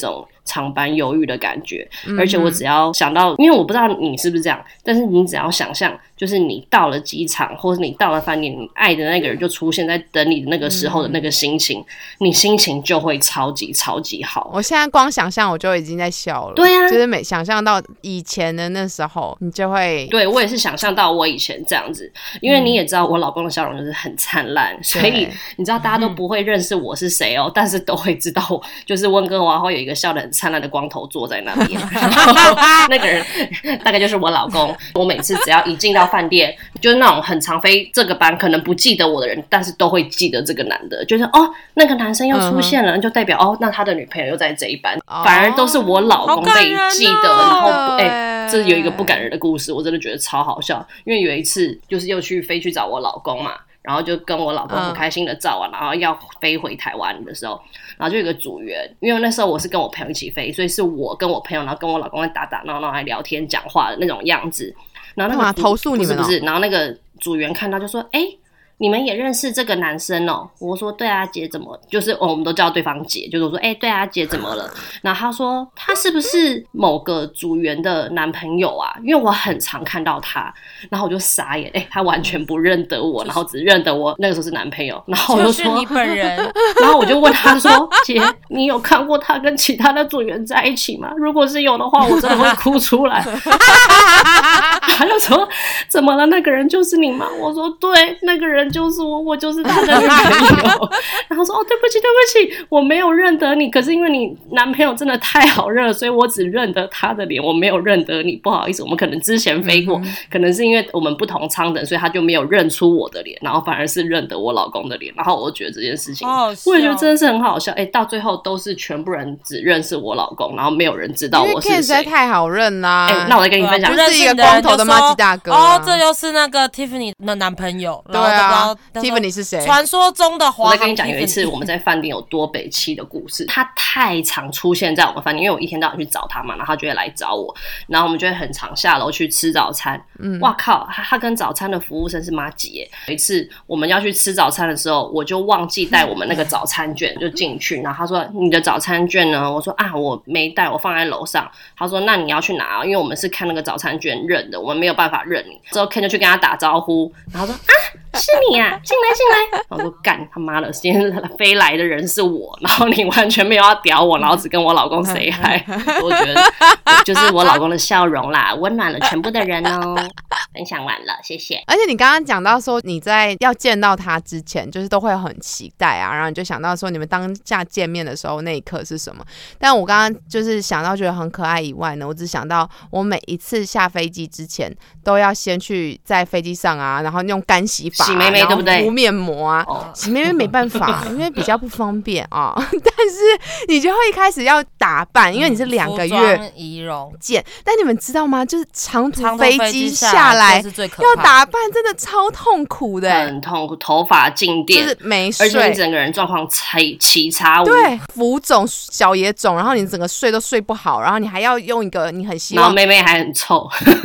[SPEAKER 3] 长班犹豫的感觉，而且我只要想到，因为我不知道你是不是这样，但是你只要想象，就是你到了机场，或是你到了饭店，你爱的那个人就出现在等你的那个时候的那个心情，你心情就会超级超级好。
[SPEAKER 1] 我现在光想象我就已经在笑了。
[SPEAKER 3] 对啊，
[SPEAKER 1] 就是想象到以前的那时候，你就会。
[SPEAKER 3] 对，我也是想象到我以前这样子，因为你也知道我老公的笑容就是很灿烂，所以你知道大家都不会认识我是谁哦，但是都会知道我就是温哥华会有一个笑得很灿烂的光头坐在那边，然后那个人大概就是我老公。我每次只要一进到饭店，就是那种很常飞这个班可能不记得我的人，但是都会记得这个男的，就是哦那个男生又出现了，就代表哦那他的女朋友又在这一班，反而都是我老公被记得，然后这有一个不感人的故事，我真的觉得超好笑。因为有一次就是又飞去找我老公嘛，然后就跟我老公很开心的照完，然后要飞回台湾的时候，然后就有一个组员，因为那时候我是跟我朋友一起飞，所以是我跟我朋友，然后跟我老公在打打闹闹来聊天讲话的那种样子。然后那个
[SPEAKER 1] 投诉你们
[SPEAKER 3] 不是，然后那个组员看到就说：“你们也认识这个男生哦？”我说：“对啊，姐怎么？”就是我们都叫对方姐，就是我说：“对啊，姐怎么了？”然后他说：“他是不是某个组员的男朋友啊？因为我很常看到他。”然后我就傻眼，他完全不认得我，然后只认得我那个时候是男朋友。然后我就说：“
[SPEAKER 2] 就是你本人。”
[SPEAKER 3] 然后我就问他说：“姐，你有看过他跟其他的组员在一起吗？如果是有的话，我真的会哭出来。”他就说：“怎么了？那个人就是你吗？”我说：“对，那个人就是我，我就是他的女朋友。”然后说：“对不起，我没有认得你。可是因为你男朋友真的太好认了，所以我只认得他的脸，我没有认得你，不好意思。我们可能之前飞过，可能是因为我们不同舱等，所以他就没有认出我的脸，然后反而是认得我老公的脸。然后我就觉得这件事情，我也觉得真的是很好笑。到最后都是全部人只认识我老公，然后没有人知道我是谁。
[SPEAKER 1] 因为 Ken 实在太好认啦。
[SPEAKER 3] 那我再跟你分享，
[SPEAKER 1] 就是一个光头的麻吉大哥。
[SPEAKER 2] 这就是那个 Tiffany 的男朋友。
[SPEAKER 1] 对啊 ，Tiffany 是谁？
[SPEAKER 2] 传说中的华航。
[SPEAKER 3] 我再跟你讲，有一次我们在饭店有多北七的故事。他太常出现在我们饭店，因为我一天到晚去找他嘛，然后他就会来找我，然后我们就会很常下楼去吃早餐。哇靠，他跟早餐的服务生是麻吉耶。有一次我们要去吃早餐的时候，我就忘记带我们那个早餐券就进去，然后他说：“你的早餐券呢？”我说：“我没带，我放在楼上。”他说：“那你要去拿，因为我们是看那个早餐券认的，我们没有办法认你。”之后 Ken 就去跟他打招呼，然后说：“是你啊，进来。”然后我说：“干他妈的，今天飞来的人是我，然后你完全没有要屌我，然后只跟我老公 say hi。”我觉得就是我老公的笑容啦，温暖了全部的人哦。分享完了，谢谢。
[SPEAKER 1] 而且你刚刚讲到说你在要见到他之前，就是都会很期待啊，然后你就想到说你们当下见面的时候那一刻是什么？但我刚刚就是想到觉得很可爱以外呢，我只想到我每一次下飞机之前都要先去在飞机上啊，然后用干洗法、
[SPEAKER 3] 洗妹妹对不对？
[SPEAKER 1] 敷面膜啊，洗妹妹没办法，因为比较不方便啊。但是你就会一开始要打扮，因为你是2个月
[SPEAKER 2] 仪容
[SPEAKER 1] 见。但你们知道吗？就是长途飞机下来要打扮，真的超痛苦的，
[SPEAKER 3] 很痛苦，头发静电，
[SPEAKER 1] 就是没睡，
[SPEAKER 3] 而且你整个人状况奇差无。
[SPEAKER 1] 对，浮肿、小也肿，然后你整个睡都睡不好，然后你还要用一个你很希望，
[SPEAKER 3] 然后妹妹还很臭。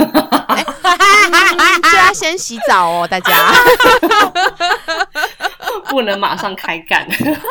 [SPEAKER 1] 就要先洗澡哦，大家
[SPEAKER 3] 不能马上开干。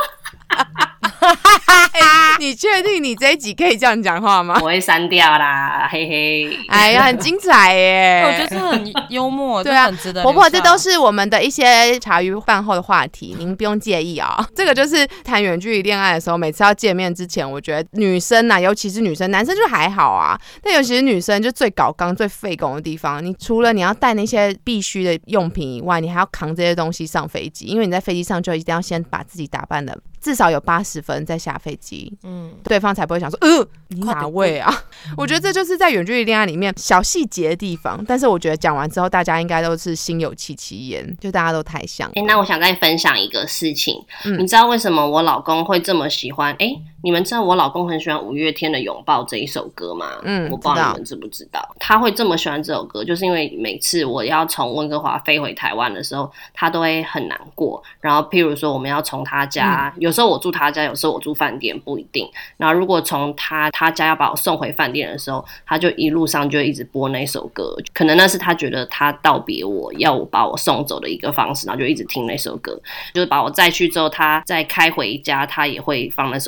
[SPEAKER 1] 你确定你这一集可以这样讲话吗？
[SPEAKER 3] 我会删掉啦，嘿嘿。
[SPEAKER 1] 哎呀，很精彩耶！
[SPEAKER 2] 我觉得这很幽默，
[SPEAKER 1] 对啊，
[SPEAKER 2] 很值得。
[SPEAKER 1] 婆婆，这都是我们的一些茶余饭后的话题，您不用介意啊。这个就是谈远距离恋爱的时候，每次要见面之前，我觉得女生啊，尤其是女生，男生就还好啊，但尤其是女生就最搞刚、最废工的地方。你除了你要带那些必须的用品以外，你还要扛这些东西上飞机，因为你在飞机上就一定要先把自己打扮的至少有80分再下飞机，对方才不会想说，你哪位啊？我觉得这就是在远距离恋爱里面小细节的地方，但是我觉得讲完之后，大家应该都是心有戚戚焉，就大家都太像。
[SPEAKER 3] 那我想再分享一个事情，你知道为什么我老公会这么喜欢？你们知道我老公很喜欢5月天的《拥抱》这一首歌吗？我不知道你们知不知道，他会这么喜欢这首歌，就是因为每次我要从温哥华飞回台湾的时候，他都会很难过。然后譬如说我们要从他家，有时候我住他家，有时候我住饭店，不一定。然后如果从他家要把我送回饭店的时候，他就一路上就一直播那首歌，可能那是他觉得他道别我要我把我送走的一个方式，然后就一直听那首歌，就是把我载去之后，他再开回家，他也会放那首歌，然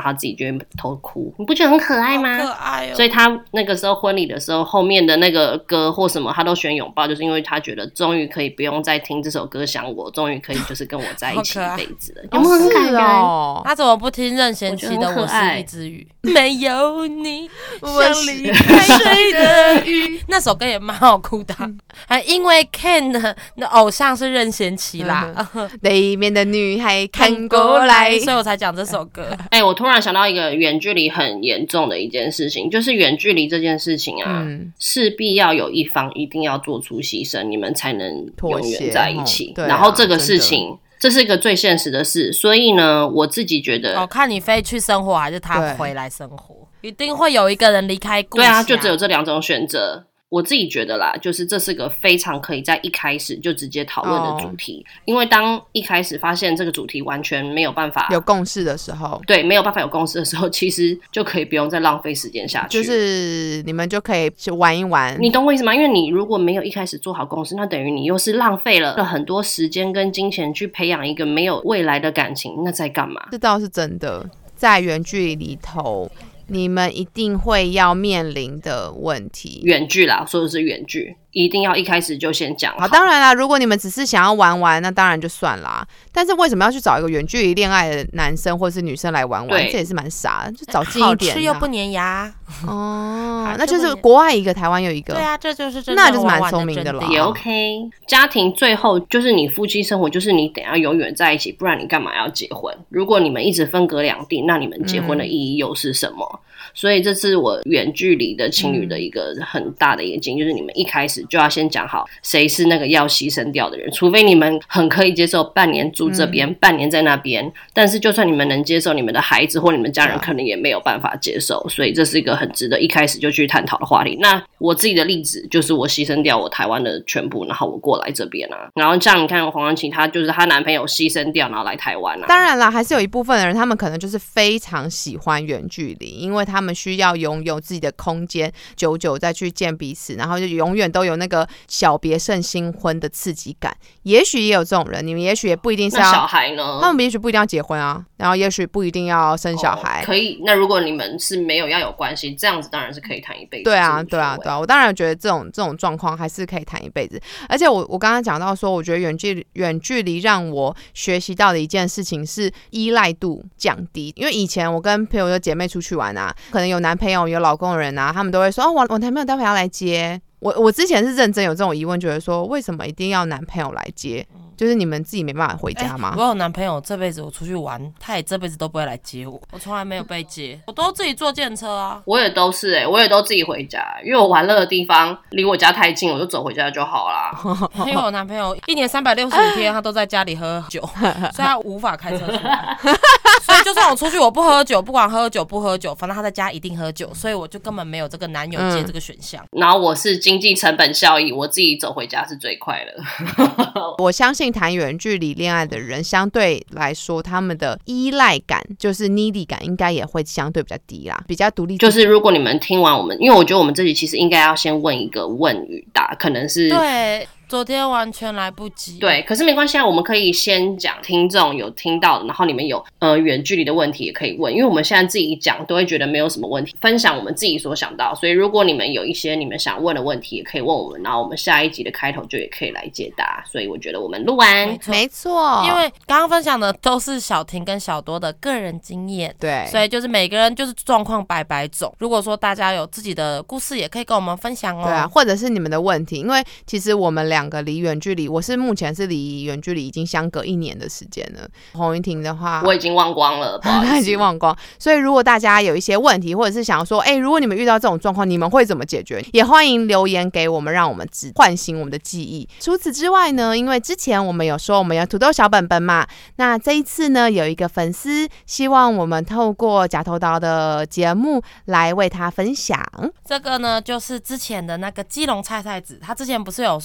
[SPEAKER 3] 他自己就会偷哭，你不觉得很可爱吗？
[SPEAKER 2] 好可爱哦！
[SPEAKER 3] 所以他那个时候婚礼的时候，后面的那个歌或什么他都选拥抱，就是因为他觉得终于可以不用再听这首歌想我，终于可以就是跟我在一起一辈子了。有没有很感人？
[SPEAKER 1] 他
[SPEAKER 2] 怎么不听任贤齐的《我是一只鱼》？没有你，
[SPEAKER 1] 我
[SPEAKER 2] 像离开水的鱼。那首歌也蛮好哭的，还因为 Ken 的偶像是任贤齐啦，
[SPEAKER 1] 里面的女孩看过来，
[SPEAKER 2] 所以我才讲这首歌。
[SPEAKER 3] 我突然想到一个远距离很严重的一件事情，就是远距离这件事情啊，势必要有一方一定要做出牺牲，你们才能永远在一起。然后这个事情。这是一个最现实的事，所以呢，我自己觉得，
[SPEAKER 2] 看你飞去生活还是他回来生活，一定会有一个人离开故乡。
[SPEAKER 3] 对啊，就只有这两种选择。我自己觉得啦，就是这是个非常可以在一开始就直接讨论的主题，因为当一开始发现这个主题完全没有办法
[SPEAKER 1] 有共识的时候，
[SPEAKER 3] 对，没有办法有共识的时候，其实就可以不用再浪费时间下去，
[SPEAKER 1] 就是你们就可以去玩一玩。
[SPEAKER 3] 你懂我意思吗？因为你如果没有一开始做好共识，那等于你又是浪费了很多时间跟金钱去培养一个没有未来的感情，那在干嘛？
[SPEAKER 1] 这倒是真的，在远距离里头。你们一定会要面临的问题，
[SPEAKER 3] 远距啦，说的是远距，一定要一开始就先讲好。
[SPEAKER 1] 当然啦，如果你们只是想要玩玩，那当然就算啦。但是为什么要去找一个远距离恋爱的男生或是女生来玩玩？这也是蛮傻的，就找近一点。
[SPEAKER 2] 好吃又不粘牙
[SPEAKER 1] 哦，那就是国外一个，台湾有一个。
[SPEAKER 2] 对啊，这就是真的，
[SPEAKER 1] 那就是蛮聪明的了。
[SPEAKER 3] 也 OK。家庭最后就是你夫妻生活，就是你等一下永远在一起，不然你干嘛要结婚？如果你们一直分隔两地，那你们结婚的意义又是什么？所以这是我远距离的情侣的一个很大的一个经验，就是你们一开始就要先讲好谁是那个要牺牲掉的人，除非你们很可以接受半年住这边，半年在那边，但是就算你们能接受，你们的孩子或你们家人可能也没有办法接受，所以这是一个很值得一开始就去探讨的话题。那我自己的例子就是我牺牲掉我台湾的全部，然后我过来这边啊，然后像你看黄安琪，她就是她男朋友牺牲掉然后来台湾啊。
[SPEAKER 1] 当然啦，还是有一部分的人他们可能就是非常喜欢远距离，因为他们需要拥有自己的空间，久久再去见彼此，然后就永远都有那个小别胜新婚的刺激感。也许也有这种人，你们也许也不一定是要。
[SPEAKER 3] 那小孩呢？
[SPEAKER 1] 他们也许不一定要结婚啊，然后也许不一定要生小孩。
[SPEAKER 3] 可以，那如果你们是没有要有关系，这样子当然是可以谈一辈子。
[SPEAKER 1] 对啊，对啊，对啊，我当然觉得这种状况还是可以谈一辈子。而且我刚刚讲到说，我觉得远距离让我学习到的一件事情是依赖度降低。因为以前我跟朋友的姐妹出去玩啊，可能有男朋友有老公的人啊，他们都会说我男朋友待会要来接。我之前是认真有这种疑问，觉得说为什么一定要男朋友来接？就是你们自己没办法回家吗？
[SPEAKER 2] 我有男朋友，这辈子我出去玩，他也这辈子都不会来接我，我从来没有被接，我都自己坐电车啊。
[SPEAKER 3] 我也都是我也都自己回家，因为我玩乐的地方离我家太近，我就走回家就好啦。
[SPEAKER 2] 因为我男朋友一年365天他都在家里喝酒，所以他无法开车出来。所以就算我出去我不喝酒，不管喝酒不喝酒，反正他在家一定喝酒，所以我就根本没有这个男友接这个选项。
[SPEAKER 3] 然后我是经济成本效益，我自己走回家是最快的。
[SPEAKER 1] 我相信谈远距离恋爱的人相对来说他们的依赖感就是 needy 感应该也会相对比较低啦，比较独立。
[SPEAKER 3] 就是如果你们听完我们，因为我觉得我们这集其实应该要先问一个问语答，可能是
[SPEAKER 2] 对昨天完全来不及。
[SPEAKER 3] 对，可是没关系啊，我们可以先讲听众有听到的，然后你们有远距离的问题也可以问，因为我们现在自己讲都会觉得没有什么问题，分享我们自己所想到，所以如果你们有一些你们想问的问题也可以问我们，然后我们下一集的开头就也可以来解答，所以我觉得我们录完
[SPEAKER 1] 没错，
[SPEAKER 2] 因为刚刚分享的都是小婷跟小多的个人经验，
[SPEAKER 1] 对，
[SPEAKER 2] 所以就是每个人就是状况百百种，如果说大家有自己的故事也可以跟我们分享哦。
[SPEAKER 1] 对啊，或者是你们的问题，因为其实我们两个离远距离，我是目前是离远距离已经相隔1年的时间了。洪云婷的话，
[SPEAKER 3] 我已经忘光了，不好意思，
[SPEAKER 1] 他已经忘光。所以如果大家有一些问题，或者是想要说，如果你们遇到这种状况，你们会怎么解决？也欢迎留言给我们，让我们唤醒我们的记忆。除此之外呢，因为之前我们有说我们有土豆小本本嘛，那这一次呢，有一个粉丝希望我们透过假头刀的节目来为他分享。
[SPEAKER 2] 这个呢，就是之前的那个基隆菜菜子，他之前不是有说要对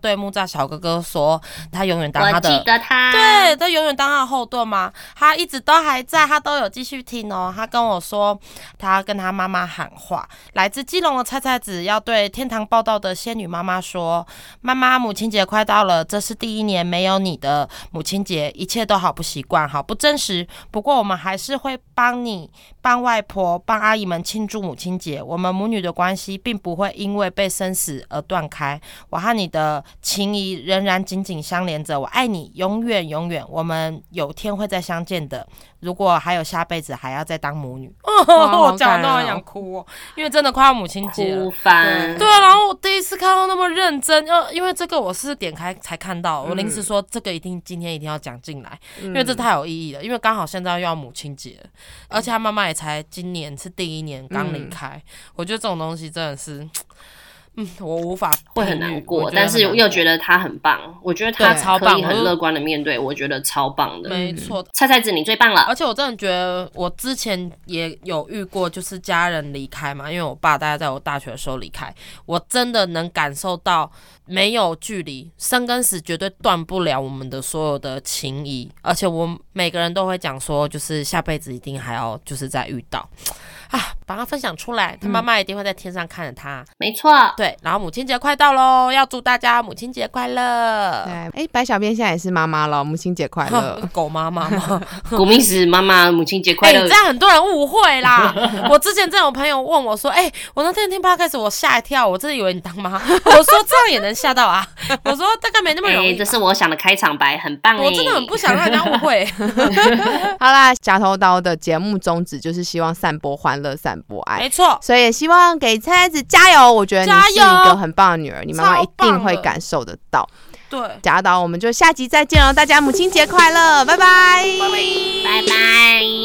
[SPEAKER 2] 对木栅小哥哥说，他永远当他的，
[SPEAKER 3] 我记得他，
[SPEAKER 2] 对，他永远当他的后盾嘛。他一直都还在，他都有继续听哦。他跟我说，他跟他妈妈喊话，来自基隆的菜菜子要对天堂报道的仙女妈妈说：“妈妈，母亲节快到了，这是第1年没有你的母亲节，一切都好不习惯，好不真实。不过我们还是会帮你、帮外婆、帮阿姨们庆祝母亲节。我们母女的关系并不会因为被生死而断开，我和你的情谊仍然紧紧相连着。我爱你，永远永远，我们有天会再相见的。如果还有下辈子，还要再当母女。”我讲到很想哭哦，因为真的快要母亲节了，
[SPEAKER 3] 哭翻。
[SPEAKER 2] 对啊，然后我第一次看到那么认真，因为这个我是点开才看到，我临时说这个今天一定要讲进来，因为这太有意义了，因为刚好现在又要母亲节了，而且他妈妈也才今年是第1年刚离开，我觉得这种东西真的是。我无法
[SPEAKER 3] 会很难过，但是又觉得他很棒。我觉得他可以很乐观的面对，我觉得超棒的。
[SPEAKER 2] 没错，
[SPEAKER 3] 菜菜子你最棒了。
[SPEAKER 2] 而且我真的觉得，我之前也有遇过，就是家人离开嘛，因为我爸大概在我大学的时候离开，我真的能感受到没有距离，生跟死绝对断不了我们的所有的情谊。而且我每个人都会讲说，就是下辈子一定还要就是再遇到。把它分享出来，他妈妈一定会在天上看着他。
[SPEAKER 3] 没错，
[SPEAKER 2] 对。然后母亲节快到咯，要祝大家母亲节快乐。
[SPEAKER 1] 对，白小编现在也是妈妈了，母亲节快乐。
[SPEAKER 2] 狗妈妈吗？
[SPEAKER 3] 古明史妈妈母亲节快乐。
[SPEAKER 2] 这样很多人误会啦。我之前真的有朋友问我说，我那天听 podcast 我吓一跳，我真的以为你当妈。我说这样也能吓到啊？我说大概没那么容易。
[SPEAKER 3] 这是我想的开场白，很棒。
[SPEAKER 2] 我真的很不想让人家误会。
[SPEAKER 1] 好啦，夹头刀的节目宗旨就是希望散播欢乐，散播爱。
[SPEAKER 2] 没错，
[SPEAKER 1] 所以也希望给菜菜子加油。我觉得你是一个很棒的女儿，你妈妈一定会感受得到。
[SPEAKER 2] 对，
[SPEAKER 1] 夹刀，我们就下集再见了，大家母亲节快乐，拜拜，
[SPEAKER 3] 拜拜。